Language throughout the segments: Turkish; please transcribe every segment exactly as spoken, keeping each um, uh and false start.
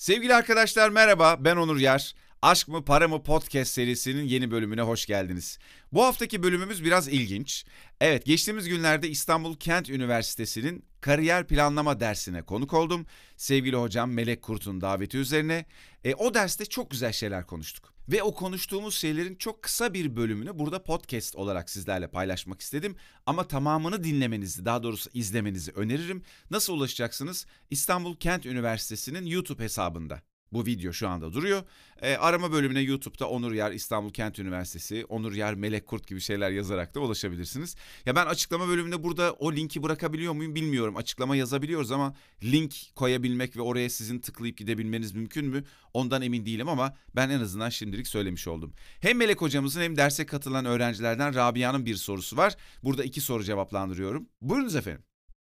Sevgili arkadaşlar merhaba, ben Onur Yer. Aşk mı Para mı podcast serisinin yeni bölümüne hoş geldiniz. Bu haftaki bölümümüz biraz ilginç. Evet, geçtiğimiz günlerde İstanbul Kent Üniversitesi'nin kariyer planlama dersine konuk oldum. Sevgili hocam Melek Kurt'un daveti üzerine. E, o derste çok güzel şeyler konuştuk. Ve o konuştuğumuz şeylerin çok kısa bir bölümünü burada podcast olarak sizlerle paylaşmak istedim. Ama tamamını dinlemenizi, daha doğrusu izlemenizi öneririm. Nasıl ulaşacaksınız? İstanbul Kent Üniversitesi'nin YouTube hesabında. Bu video şu anda duruyor. E, arama bölümüne YouTube'da Onur Yer İstanbul Kent Üniversitesi, Onur Yer Melek Kurt gibi şeyler yazarak da ulaşabilirsiniz. Ya ben açıklama bölümünde burada o linki bırakabiliyor muyum bilmiyorum. Açıklama yazabiliyoruz ama link koyabilmek ve oraya sizin tıklayıp gidebilmeniz mümkün mü? Ondan emin değilim ama ben en azından şimdilik söylemiş oldum. Hem Melek hocamızın hem derse katılan öğrencilerden Rabia'nın bir sorusu var. Burada iki soru cevaplandırıyorum. Buyurunuz efendim.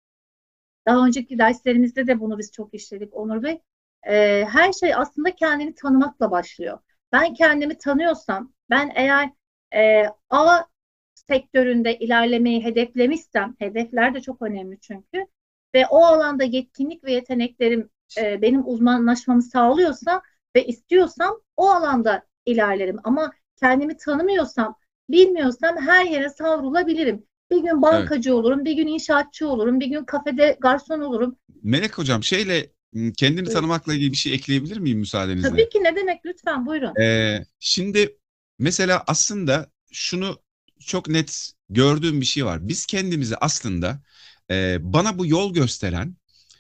Daha önceki derslerimizde de bunu biz çok işledik Onur Bey. Ee, her şey aslında kendini tanımakla başlıyor. Ben kendimi tanıyorsam, ben eğer e, A sektöründe ilerlemeyi hedeflemişsem, hedefler de çok önemli çünkü, ve o alanda yetkinlik ve yeteneklerim e, benim uzmanlaşmamı sağlıyorsa ve istiyorsam o alanda ilerlerim. Ama kendimi tanımıyorsam, bilmiyorsam her yere savrulabilirim. Bir gün Evet. bankacı olurum, bir gün inşaatçı olurum, bir gün kafede garson olurum. Melek hocam şeyle kendini Buyurun. tanımakla ilgili bir şey ekleyebilir miyim müsaadenizle? Tabii ki, ne demek, lütfen buyurun. Ee, şimdi mesela aslında şunu çok net gördüğüm bir şey var. Biz kendimizi aslında e, bana bu yol gösteren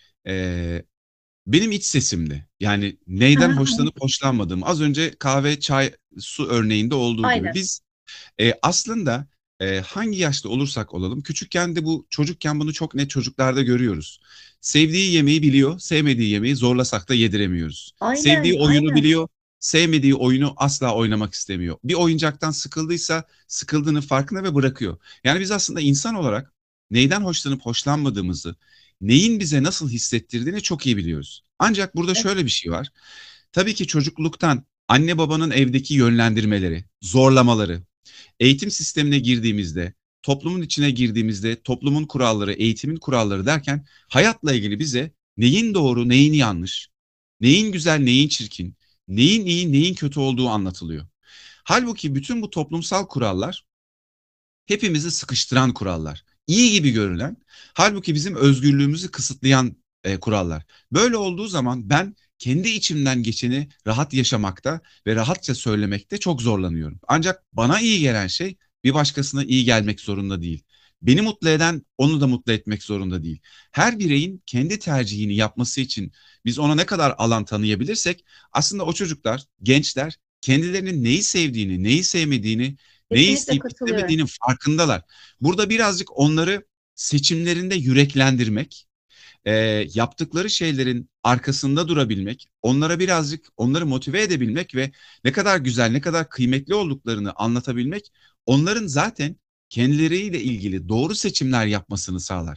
e, benim iç sesimdi. Yani neyden hoşlanıp hoşlanmadığım. Az önce kahve, çay, su örneğinde olduğu gibi. Aynen. Biz e, aslında e, hangi yaşta olursak olalım, küçükken de bu, çocukken bunu çok net çocuklarda görüyoruz. Sevdiği yemeği biliyor, sevmediği yemeği zorlasak da yediremiyoruz. Aynen, Sevdiği oyunu aynen. biliyor, sevmediği oyunu asla oynamak istemiyor. Bir oyuncaktan sıkıldıysa sıkıldığını farkında ve bırakıyor. Yani biz aslında insan olarak neyden hoşlanıp hoşlanmadığımızı, neyin bize nasıl hissettirdiğini çok iyi biliyoruz. Ancak burada Evet, şöyle bir şey var. Tabii ki çocukluktan anne babanın evdeki yönlendirmeleri, zorlamaları, eğitim sistemine girdiğimizde, toplumun içine girdiğimizde, toplumun kuralları, eğitimin kuralları derken hayatla ilgili bize neyin doğru, neyin yanlış, neyin güzel, neyin çirkin, neyin iyi, neyin kötü olduğu anlatılıyor. Halbuki bütün bu toplumsal kurallar hepimizi sıkıştıran kurallar. İyi gibi görünen, halbuki bizim özgürlüğümüzü kısıtlayan e, kurallar. Böyle olduğu zaman ben kendi içimden geçeni rahat yaşamakta ve rahatça söylemekte çok zorlanıyorum. Ancak bana iyi gelen şey bir başkasına iyi gelmek zorunda değil. Beni mutlu eden onu da mutlu etmek zorunda değil. Her bireyin kendi tercihini yapması için biz ona ne kadar alan tanıyabilirsek aslında o çocuklar, gençler kendilerinin neyi sevdiğini, neyi sevmediğini, neyi kesinlikle isteyip katılıyorum. istemediğinin farkındalar. Burada birazcık onları seçimlerinde yüreklendirmek, e, yaptıkları şeylerin arkasında durabilmek, onlara birazcık onları motive edebilmek ve ne kadar güzel, ne kadar kıymetli olduklarını anlatabilmek, onların zaten kendileriyle ilgili doğru seçimler yapmasını sağlar.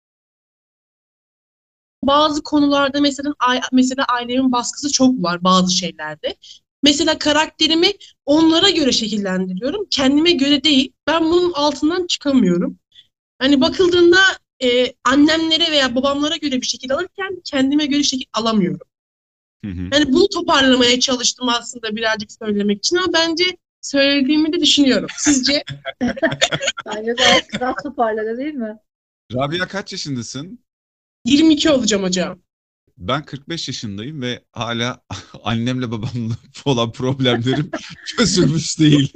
Bazı konularda mesela mesela ailemin baskısı çok var bazı şeylerde. Mesela karakterimi onlara göre şekillendiriyorum. Kendime göre değil. Ben bunun altından çıkamıyorum. Hani bakıldığında e, annemlere veya babamlara göre bir şekil alırken kendime göre şekil alamıyorum. Hı hı. Yani bunu toparlamaya çalıştım aslında birazcık söylemek için ama bence söylediğimi de düşünüyorum. Sizce? Bence gayet güzel toparladı, değil mi? Rabia kaç yaşındasın? yirmi iki olacağım hocam. Ben kırk beş yaşındayım ve hala annemle babamla olan problemlerim çözülmüş değil.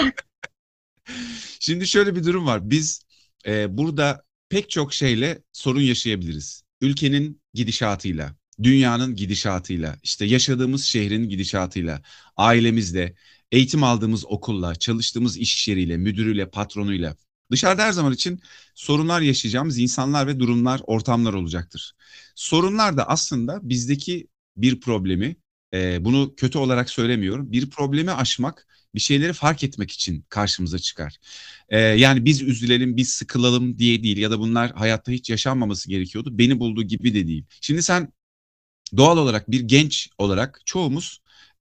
Şimdi şöyle bir durum var. Biz e, burada pek çok şeyle sorun yaşayabiliriz. Ülkenin gidişatıyla, dünyanın gidişatıyla, işte yaşadığımız şehrin gidişatıyla, ailemizle, eğitim aldığımız okulla, çalıştığımız iş yeriyle, müdürüyle, patronuyla. Dışarıda her zaman için sorunlar yaşayacağımız insanlar ve durumlar, ortamlar olacaktır. Sorunlar da aslında bizdeki bir problemi, e, bunu kötü olarak söylemiyorum, bir problemi aşmak, bir şeyleri fark etmek için karşımıza çıkar. Ee, yani biz üzülelim, biz sıkılalım diye değil ya da bunlar hayatta hiç yaşanmaması gerekiyordu. Beni bulduğu gibi de değil. Şimdi sen doğal olarak bir genç olarak çoğumuz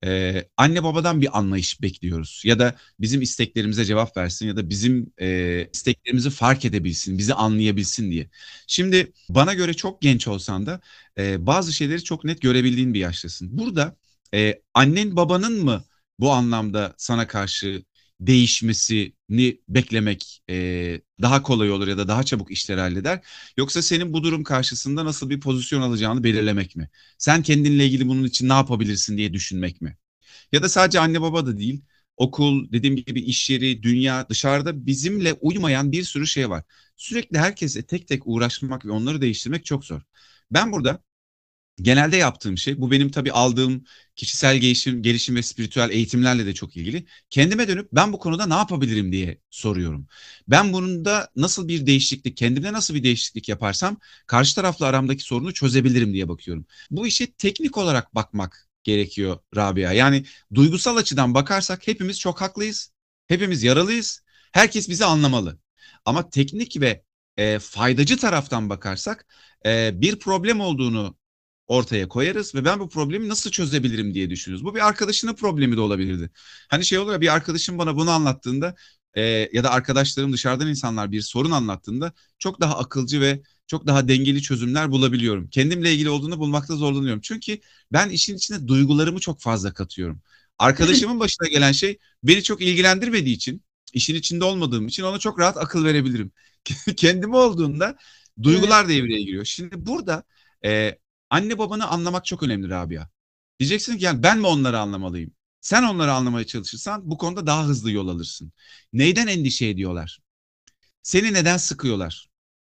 Ee, anne babadan bir anlayış bekliyoruz. Ya da bizim isteklerimize cevap versin ya da bizim e, isteklerimizi fark edebilsin, bizi anlayabilsin diye. Şimdi bana göre çok genç olsan da e, bazı şeyleri çok net görebildiğin bir yaştasın. Burada e, annen babanın mı bu anlamda sana karşı değişmesini beklemek e, daha kolay olur ya da daha çabuk işleri halleder? Yoksa senin bu durum karşısında nasıl bir pozisyon alacağını belirlemek mi? Sen kendinle ilgili bunun için ne yapabilirsin diye düşünmek mi? Ya da sadece anne baba da değil. Okul, dediğim gibi iş yeri, dünya, dışarıda bizimle uymayan bir sürü şey var. Sürekli herkese tek tek uğraşmak ve onları değiştirmek çok zor. Ben burada genelde yaptığım şey, bu benim tabii aldığım kişisel gelişim, gelişim ve spiritüel eğitimlerle de çok ilgili. Kendime dönüp ben bu konuda ne yapabilirim diye soruyorum. Ben bunun da nasıl bir değişiklik, kendimde nasıl bir değişiklik yaparsam karşı tarafla aramdaki sorunu çözebilirim diye bakıyorum. Bu işe teknik olarak bakmak gerekiyor Rabia. Yani duygusal açıdan bakarsak hepimiz çok haklıyız. Hepimiz yaralıyız. Herkes bizi anlamalı. Ama teknik ve e, faydacı taraftan bakarsak e, bir problem olduğunu ortaya koyarız ve ben bu problemi nasıl çözebilirim diye düşünürüz. Bu bir arkadaşının problemi de olabilirdi. Hani şey olur ya, bir arkadaşım bana bunu anlattığında e, ya da arkadaşlarım, dışarıdan insanlar bir sorun anlattığında çok daha akılcı ve çok daha dengeli çözümler bulabiliyorum. Kendimle ilgili olduğunu bulmakta zorlanıyorum. Çünkü ben işin içine duygularımı çok fazla katıyorum. Arkadaşımın başına gelen şey beni çok ilgilendirmediği için, işin içinde olmadığım için ona çok rahat akıl verebilirim. Kendimi olduğunda Evet. duygular devreye giriyor. Şimdi burada e, anne babanı anlamak çok önemli Rabia. Diyeceksin ki yani ben mi onları anlamalıyım? Sen onları anlamaya çalışırsan bu konuda daha hızlı yol alırsın. Neyden endişe ediyorlar? Seni neden sıkıyorlar?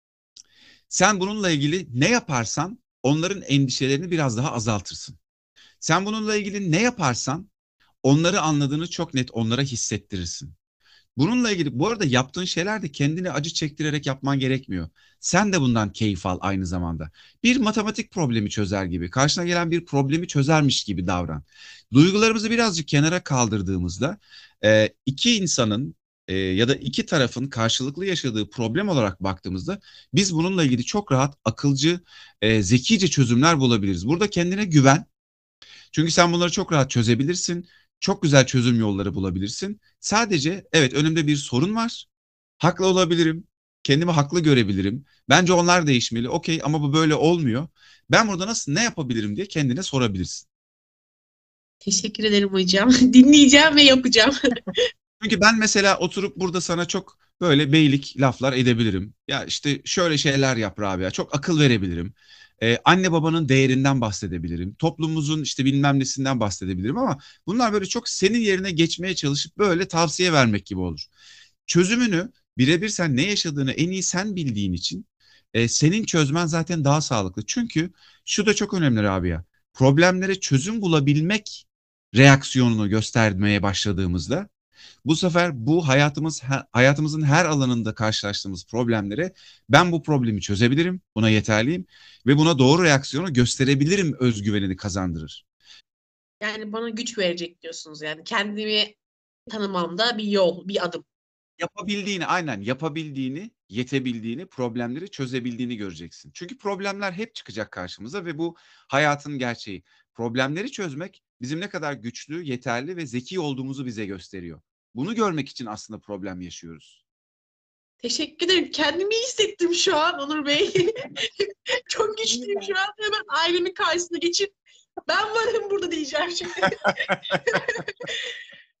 Sen bununla ilgili ne yaparsan onların endişelerini biraz daha azaltırsın. Sen bununla ilgili ne yaparsan onları anladığını çok net onlara hissettirirsin. Bununla ilgili bu arada yaptığın şeyler de kendini acı çektirerek yapman gerekmiyor. Sen de bundan keyif al aynı zamanda. Bir matematik problemi çözer gibi, karşına gelen bir problemi çözermiş gibi davran. Duygularımızı birazcık kenara kaldırdığımızda e, iki insanın e, ya da iki tarafın karşılıklı yaşadığı problem olarak baktığımızda biz bununla ilgili çok rahat, akılcı, e, zekice çözümler bulabiliriz. Burada kendine güven. Çünkü sen bunları çok rahat çözebilirsin. Çok güzel çözüm yolları bulabilirsin. Sadece evet, önümde bir sorun var. Haklı olabilirim. Kendimi haklı görebilirim. Bence onlar değişmeli. Okey, ama bu böyle olmuyor. Ben burada nasıl, ne yapabilirim diye kendine sorabilirsin. Teşekkür ederim hocam. Dinleyeceğim ve yapacağım. Çünkü ben mesela oturup burada sana çok böyle beylik laflar edebilirim. Ya işte şöyle şeyler yap Rabia. Çok akıl verebilirim. Ee, anne babanın değerinden bahsedebilirim. Toplumumuzun işte bilmem nesinden bahsedebilirim ama bunlar böyle çok senin yerine geçmeye çalışıp böyle tavsiye vermek gibi olur. Çözümünü birebir sen ne yaşadığını en iyi sen bildiğin için e, senin çözmen zaten daha sağlıklı. Çünkü şu da çok önemli Rabia. Problemlere çözüm bulabilmek reaksiyonunu göstermeye başladığımızda bu sefer bu hayatımız hayatımızın her alanında karşılaştığımız problemlere ben bu problemi çözebilirim, buna yeterliyim ve buna doğru reaksiyonu gösterebilirim özgüvenini kazandırır. Yani bana güç verecek diyorsunuz yani. Kendimi tanımamda bir yol, bir adım. Yapabildiğini, aynen yapabildiğini, yetebildiğini, problemleri çözebildiğini göreceksin. Çünkü problemler hep çıkacak karşımıza ve bu hayatın gerçeği. Problemleri çözmek bizim ne kadar güçlü, yeterli ve zeki olduğumuzu bize gösteriyor. Bunu görmek için aslında problem yaşıyoruz. Teşekkür ederim. Kendimi iyi hissettim şu an Onur Bey. Çok güçlüyüm şu an. Hemen ailemin karşısına geçip ben varım burada diyeceğim şimdi.